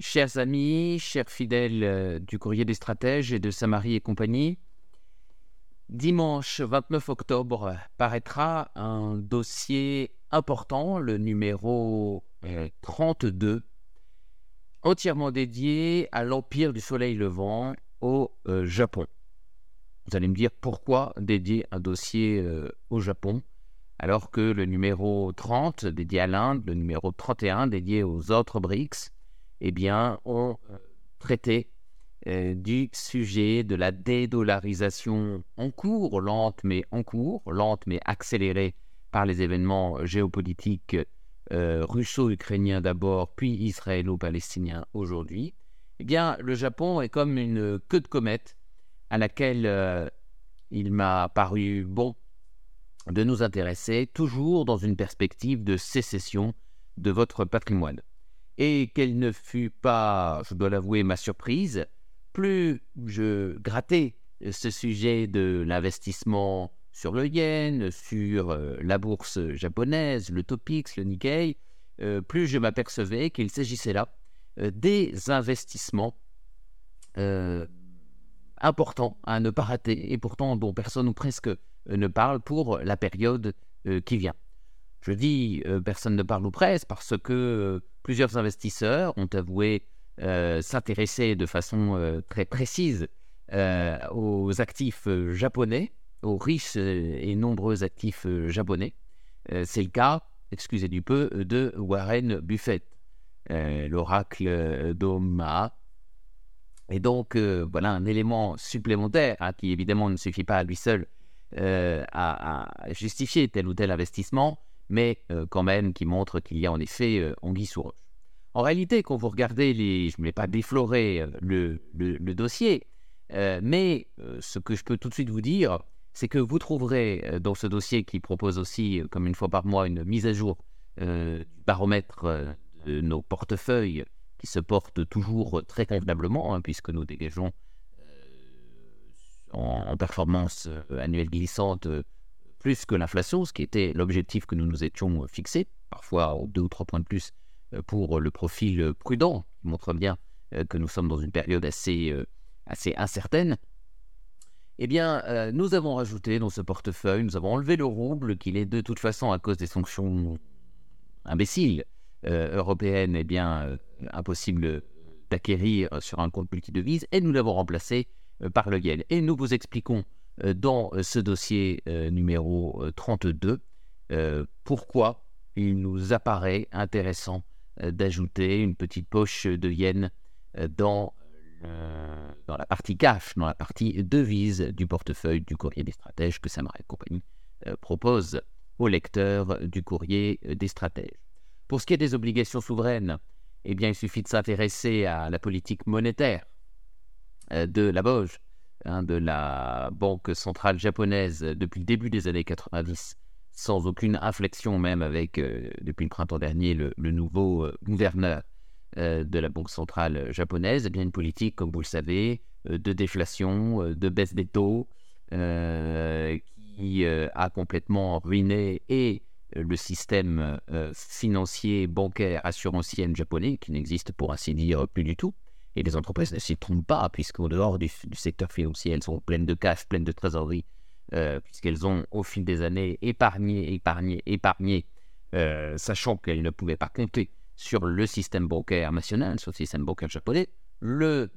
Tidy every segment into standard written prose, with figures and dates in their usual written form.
Chers amis, chers fidèles du Courrier des Stratèges et de Samarie et compagnie, dimanche 29 octobre paraîtra un dossier important, le numéro 32, entièrement dédié à l'Empire du Soleil Levant au Japon. Vous allez me dire pourquoi dédier un dossier au Japon alors que le numéro 30 dédié à l'Inde, le numéro 31 dédié aux autres BRICS, eh bien, ont traité du sujet de la dédollarisation en cours, lente mais accélérée par les événements géopolitiques russo-ukrainiens d'abord, puis israélo-palestiniens aujourd'hui. Eh bien, le Japon est comme une queue de comète à laquelle il m'a paru bon de nous intéresser, toujours dans une perspective de sécession de votre patrimoine. Et quelle ne fut pas, je dois l'avouer, ma surprise, plus je grattais ce sujet de l'investissement sur le yen, sur la bourse japonaise, le Topix, le Nikkei, plus je m'apercevais qu'il s'agissait là des investissements importants à ne pas rater, et pourtant dont personne ou presque ne parle pour la période qui vient. Je dis personne ne parle ou presque parce que plusieurs investisseurs ont avoué s'intéresser de façon très précise aux actifs japonais, aux riches et nombreux actifs japonais. C'est le cas, excusez du peu, de Warren Buffett, l'oracle d'Omaha. Et donc, voilà un élément supplémentaire qui évidemment ne suffit pas à lui seul à justifier tel ou tel investissement, mais quand même qui montre qu'il y a en effet anguille sous roche. En réalité, quand vous regardez je ne vais pas déflorer le dossier, mais ce que je peux tout de suite vous dire, c'est que vous trouverez dans ce dossier qui propose aussi, comme une fois par mois, une mise à jour du baromètre de nos portefeuilles qui se portent toujours très convenablement, puisque nous dégageons en performance annuelle glissante plus que l'inflation, ce qui était l'objectif que nous nous étions fixé, parfois 2 ou 3 points de plus pour le profil prudent, qui montre bien que nous sommes dans une période assez incertaine. Eh bien, nous avons rajouté dans ce portefeuille, nous avons enlevé le rouble, qu'il est de toute façon à cause des sanctions imbéciles européennes, impossible d'acquérir sur un compte multidevises, et nous l'avons remplacé par le yen. Et nous vous expliquons dans ce dossier numéro 32 pourquoi il nous apparaît intéressant d'ajouter une petite poche de yen dans la partie cash, dans la partie devise du portefeuille du Courrier des Stratèges que Samarie et compagnie propose aux lecteurs du Courrier des Stratèges. Pour ce qui est des obligations souveraines, eh bien, il suffit de s'intéresser à la politique monétaire de la BOJ, de la Banque centrale japonaise depuis le début des années 90, sans aucune inflexion, même avec, depuis le printemps dernier, le nouveau gouverneur de la Banque centrale japonaise. Eh bien, une politique, comme vous le savez, de déflation, de baisse des taux, qui a complètement ruiné et le système financier, bancaire, assurantiel japonais, qui n'existe pour ainsi dire plus du tout. Et les entreprises ne s'y trompent pas, puisqu'au dehors du secteur financier, elles sont pleines de cash, pleines de trésorerie, puisqu'elles ont, au fil des années, épargné, sachant qu'elles ne pouvaient pas compter sur le système bancaire national, sur le système bancaire japonais. Le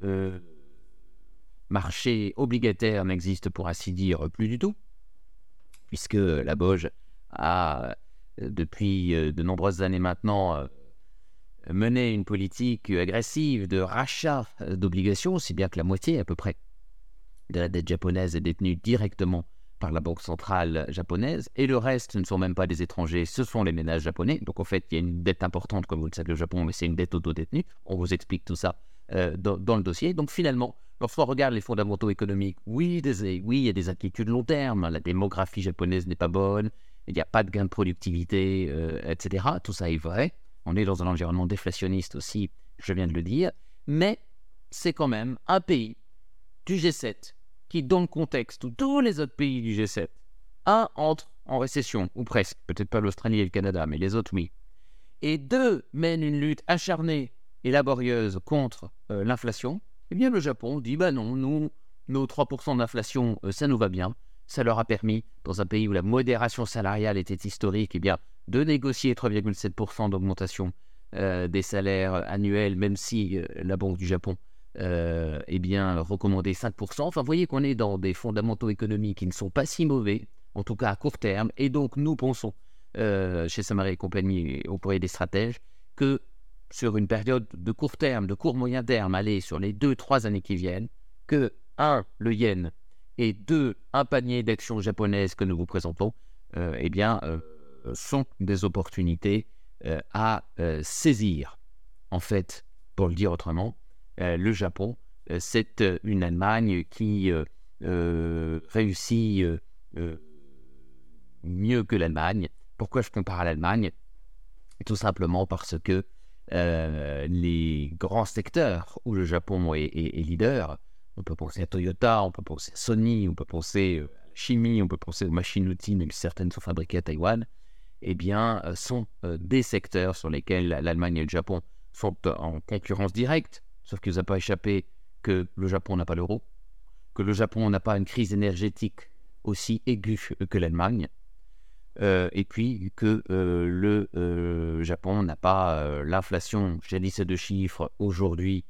marché obligataire n'existe pour ainsi dire plus du tout, puisque la BOJ a, depuis de nombreuses années maintenant, mené une politique agressive de rachat d'obligations, si bien que la moitié à peu près de la dette japonaise est détenue directement par la Banque centrale japonaise, et le reste ne sont même pas des étrangers, ce sont les ménages japonais. Donc en fait, il y a une dette importante, comme vous le savez au Japon, mais c'est une dette autodétenue. On vous explique tout ça dans le dossier. Donc finalement, lorsqu'on regarde les fondamentaux économiques, oui, il y a des inquiétudes long terme, la démographie japonaise n'est pas bonne, il n'y a pas de gain de productivité, etc. Tout ça est vrai. On est dans un environnement déflationniste aussi, je viens de le dire, mais c'est quand même un pays du G7 qui, dans le contexte où tous les autres pays du G7, entrent en récession, ou presque, peut-être pas l'Australie et le Canada, mais les autres oui, et 2, mènent une lutte acharnée et laborieuse contre l'inflation, eh bien le Japon dit non, nous, nos 3% d'inflation, ça nous va bien. Ça leur a permis, dans un pays où la modération salariale était historique, eh bien, de négocier 3,7% d'augmentation des salaires annuels, même si la Banque du Japon recommandait 5%. Enfin, vous voyez qu'on est dans des fondamentaux économiques qui ne sont pas si mauvais, en tout cas à court terme. Et donc, nous pensons, chez Samari et compagnie et au courrier des stratèges, que sur une période de court terme, de court moyen terme, aller sur les 2-3 années qui viennent, que 1, le yen, et 2, un panier d'actions japonaises que nous vous présentons, sont des opportunités à saisir. En fait, pour le dire autrement, le Japon, c'est une Allemagne qui réussit mieux que l'Allemagne. Pourquoi je compare à l'Allemagne ? Tout simplement parce que les grands secteurs où le Japon est leader, on peut penser à Toyota, on peut penser à Sony, on peut penser à la chimie, on peut penser aux machines-outils, même certaines sont fabriquées à Taïwan, sont des secteurs sur lesquels l'Allemagne et le Japon sont en concurrence directe, sauf qu'il ne vous a pas échappé que le Japon n'a pas l'euro, que le Japon n'a pas une crise énergétique aussi aiguë que l'Allemagne, et puis que le Japon n'a pas l'inflation, j'ai dit ces deux chiffres, aujourd'hui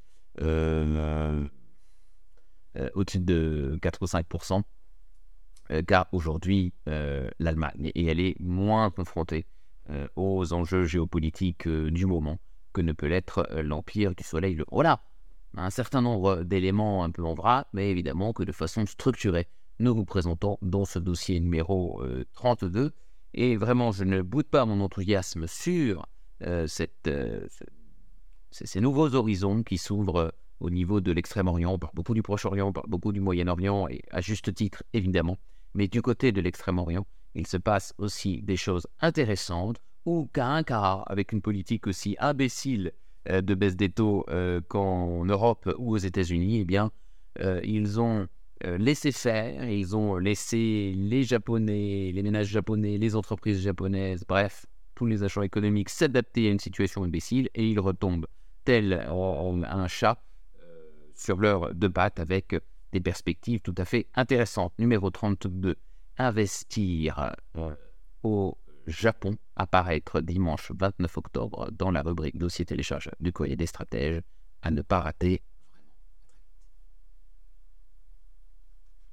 au-dessus de 4 ou 5%, car aujourd'hui l'Allemagne, et elle est moins confrontée aux enjeux géopolitiques du moment que ne peut l'être l'Empire du Soleil. Voilà, un certain nombre d'éléments un peu en vrac, mais évidemment que de façon structurée, nous vous présentons dans ce dossier numéro 32. Et vraiment, je ne boude pas mon enthousiasme sur ces nouveaux horizons qui s'ouvrent au niveau de l'Extrême-Orient. On parle beaucoup du Proche-Orient, on parle beaucoup du Moyen-Orient, et à juste titre, évidemment. Mais du côté de l'Extrême-Orient, il se passe aussi des choses intéressantes, où qu'à un quart, avec une politique aussi imbécile de baisse des taux qu'en Europe ou aux États-Unis, ils ont laissé faire, et ils ont laissé les Japonais, les ménages japonais, les entreprises japonaises, bref, tous les agents économiques s'adapter à une situation imbécile, et ils retombent tel un chat sur leurs deux pattes avec des perspectives tout à fait intéressantes. Numéro 32, investir au Japon, apparaître dimanche 29 octobre dans la rubrique dossier télécharge du courrier des stratèges, à ne pas rater